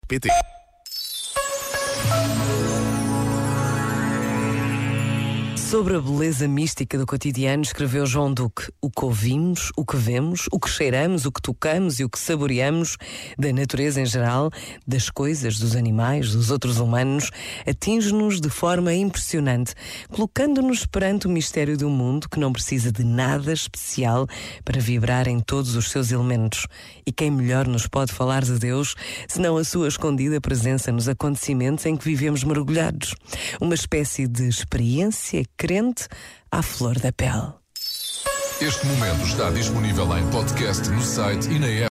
rr.pt. Sobre a beleza mística do cotidiano, escreveu João Duque: o que ouvimos, o que vemos, o que cheiramos, o que tocamos e o que saboreamos, da natureza em geral, das coisas, dos animais, dos outros humanos, atinge-nos de forma impressionante, colocando-nos perante o mistério do mundo que não precisa de nada especial para vibrar em todos os seus elementos. E quem melhor nos pode falar de Deus, senão a sua escondida presença nos acontecimentos em que vivemos mergulhados? Uma espécie de experiência crente à flor da pele. Este momento está disponível em podcast no site e na app.